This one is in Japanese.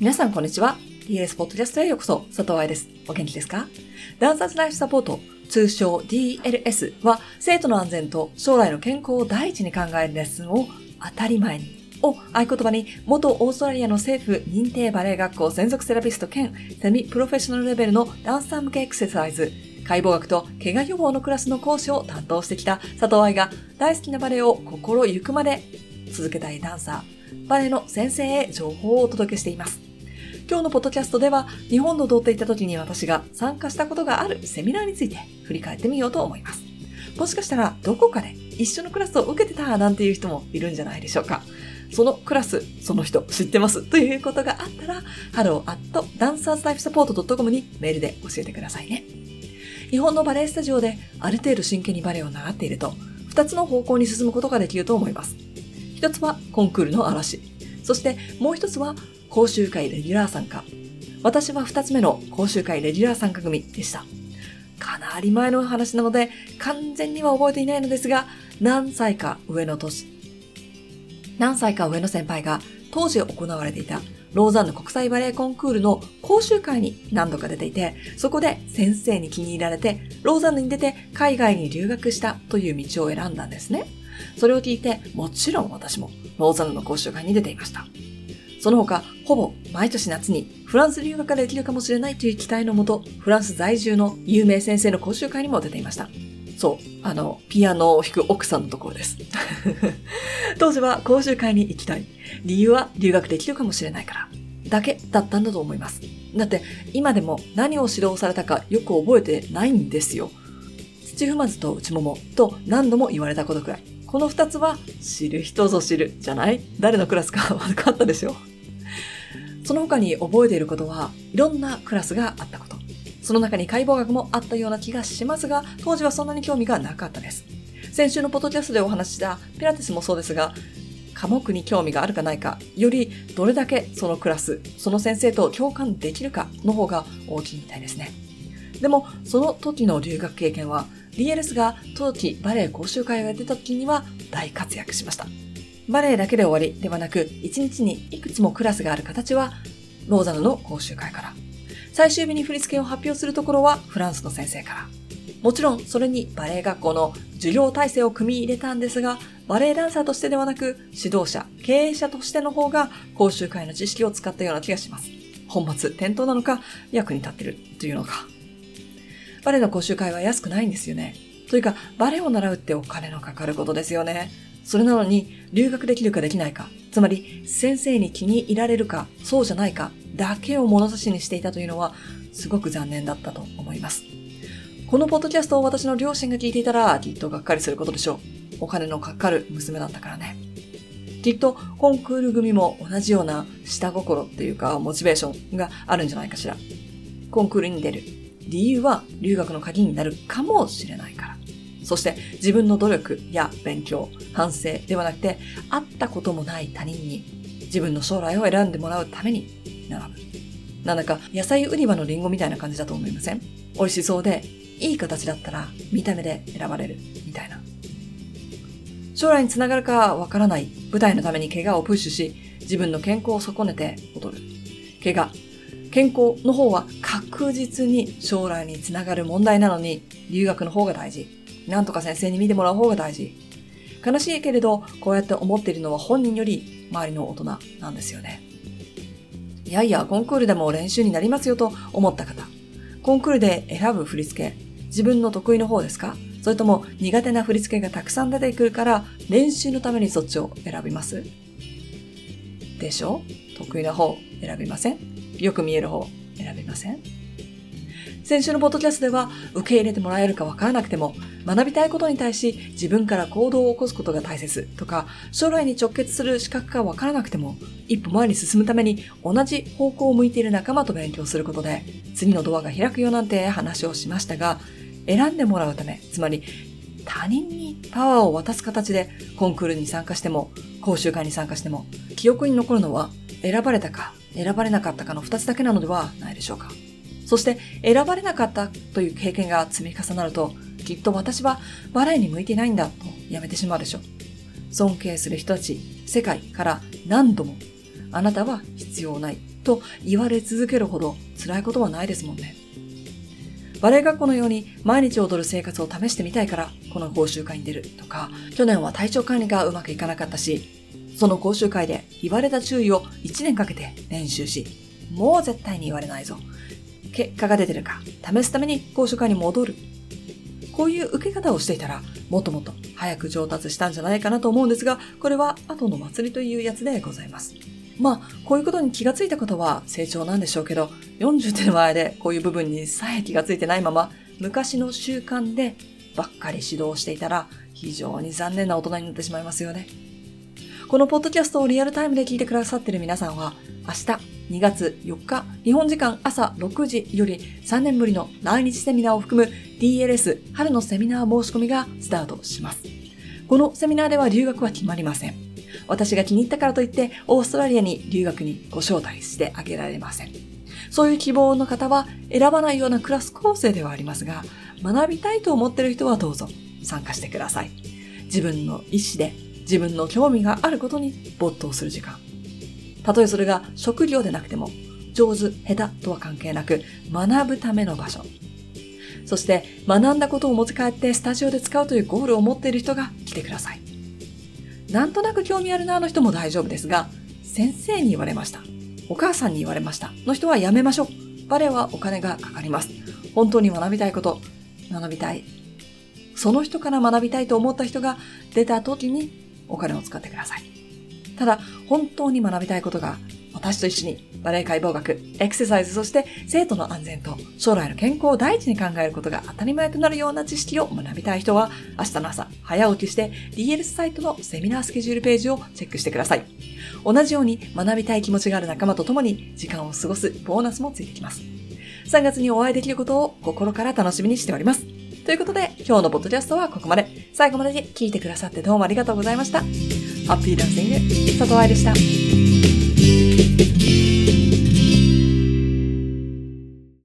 皆さんこんにちは。DLS ポッドキャストへようこそ。佐藤愛です。お元気ですか？ダンサーズライフサポート、通称 DLS は、生徒の安全と将来の健康を第一に考えるレッスンを当たり前にを合言葉に、元オーストラリアの政府認定バレエ学校専属セラピスト兼セミプロフェッショナルレベルのダンサー向けエクササイズ、解剖学と怪我予防のクラスの講師を担当してきた佐藤愛が、大好きなバレエを心ゆくまで続けたいダンサー、バレエの先生へ情報をお届けしています。今日のポッドキャストでは、日本の童貞行った時に私が参加したことがあるセミナーについて振り返ってみようと思います。もしかしたらどこかで一緒のクラスを受けてたなんていう人もいるんじゃないでしょうか。そのクラス、その人知ってますということがあったら、hello@dancerslifesupport.com にメールで教えてくださいね。日本のバレエスタジオである程度真剣にバレエを習っていると、2つの方向に進むことができると思います。1つはコンクールの嵐。そしてもう1つは講習会レギュラー参加。私は2つ目の講習会レギュラー参加組でした。かなり前の話なので完全には覚えていないのですが、何歳か上の先輩が当時行われていたローザンヌ国際バレエコンクールの講習会に何度か出ていて、そこで先生に気に入られてローザンヌに出て海外に留学したという道を選んだんですね。それを聞いて、もちろん私もローザンヌの講習会に出ていました。その他、ほぼ毎年夏にフランス留学ができるかもしれないという期待のもと、フランス在住の有名先生の講習会にも出ていました。そう、ピアノを弾く奥さんのところです。当時は講習会に行きたい。理由は留学できるかもしれないからだけだったんだと思います。だって今でも何を指導されたかよく覚えてないんですよ。土踏まずと内ももと何度も言われたことくらい。この2つは知る人ぞ知るじゃない？誰のクラスか分かったでしょ。その他に覚えていることはいろんなクラスがあったこと。その中に解剖学もあったような気がしますが、当時はそんなに興味がなかったです。先週のポッドキャストでお話ししたピラティスもそうですが、科目に興味があるかないかよりどれだけそのクラス、その先生と共感できるかの方が大きいみたいですね。でもその時の留学経験は DLS が冬季バレエ講習会が出た時には大活躍しました。バレエだけで終わりではなく、1日にいくつもクラスがある形はローザヌの講習会から、最終日に振り付けを発表するところはフランスの先生から、もちろんそれにバレエ学校の授業体制を組み入れたんですが、バレエダンサーとしてではなく指導者、経営者としての方が講習会の知識を使ったような気がします。本末転倒なのか役に立ってるというのか。バレエの講習会は安くないんですよね。というかバレエを習うってお金のかかることですよね。それなのに留学できるかできないか、つまり先生に気に入られるかそうじゃないかだけを物差しにしていたというのはすごく残念だったと思います。このポッドキャストを私の両親が聞いていたらきっとがっかりすることでしょう。お金のかかる娘だったからね。きっとコンクール組も同じような下心っていうかモチベーションがあるんじゃないかしら。コンクールに出る理由は留学の鍵になるかもしれないから。そして自分の努力や勉強、反省ではなくて、会ったこともない他人に自分の将来を選んでもらうために並ぶ。なんだか野菜売り場のリンゴみたいな感じだと思いません？美味しそうでいい形だったら見た目で選ばれるみたいな。将来につながるかわからない舞台のために怪我をプッシュし、自分の健康を損ねて踊る。健康の方は確実に将来につながる問題なのに、留学の方が大事。なんとか先生に見てもらう方が大事。悲しいけれど、こうやって思っているのは本人より周りの大人なんですよね。いやいや、コンクールでも練習になりますよと思った方。コンクールで選ぶ振り付け、自分の得意の方ですか？それとも苦手な振り付けがたくさん出てくるから練習のためにそっちを選びます？でしょ？得意な方選びません？よく見える方選びません？先週のポッドキャストでは、受け入れてもらえるかわからなくても、学びたいことに対し自分から行動を起こすことが大切とか、将来に直結する資格がわからなくても、一歩前に進むために同じ方向を向いている仲間と勉強することで、次のドアが開くよなんて話をしましたが、選んでもらうため、つまり他人にパワーを渡す形でコンクールに参加しても、講習会に参加しても、記憶に残るのは選ばれたか選ばれなかったかの2つだけなのではないでしょうか。そして選ばれなかったという経験が積み重なると、きっと私はバレエに向いていないんだとやめてしまうでしょう。尊敬する人たち、世界から何度もあなたは必要ないと言われ続けるほど辛いことはないですもんね。バレエ学校のように毎日踊る生活を試してみたいからこの講習会に出るとか、去年は体調管理がうまくいかなかったし、その講習会で言われた注意を1年かけて練習し、もう絶対に言われないぞ。結果が出てるか試すために講習会に戻る。こういう受け方をしていたらもっともっと早く上達したんじゃないかなと思うんですが、これは後の祭りというやつでございます。こういうことに気がついたことは成長なんでしょうけど、40手前でこういう部分にさえ気がついてないまま、昔の習慣でばっかり指導していたら、非常に残念な大人になってしまいますよね。このポッドキャストをリアルタイムで聞いてくださっている皆さんは、明日2月4日、日本時間朝6時より3年ぶりの来日セミナーを含む DLS 春のセミナー申し込みがスタートします。このセミナーでは留学は決まりません。私が気に入ったからといってオーストラリアに留学にご招待してあげられません。そういう希望の方は選ばないようなクラス構成ではありますが、学びたいと思っている人はどうぞ参加してください。自分の意思で自分の興味があることに没頭する時間。たとえそれが職業でなくても、上手、下手とは関係なく学ぶための場所。そして学んだことを持ち帰ってスタジオで使うというゴールを持っている人が来てください。なんとなく興味あるなの人も大丈夫ですが、先生に言われました。お母さんに言われましたの人はやめましょう。バレエはお金がかかります。本当に学びたいこと、学びたい。その人から学びたいと思った人が出た時にお金を使ってください。ただ、本当に学びたいことが私と一緒にバレエ解剖学、エクササイズ、そして生徒の安全と将来の健康を第一に考えることが当たり前となるような知識を学びたい人は、明日の朝早起きして DLS サイトのセミナースケジュールページをチェックしてください。同じように学びたい気持ちがある仲間と共に時間を過ごすボーナスもついてきます。3月にお会いできることを心から楽しみにしております。ということで、今日のポッドキャストはここまで。最後まで聞いてくださってどうもありがとうございました。ハッピーダンシング、佐藤愛でした。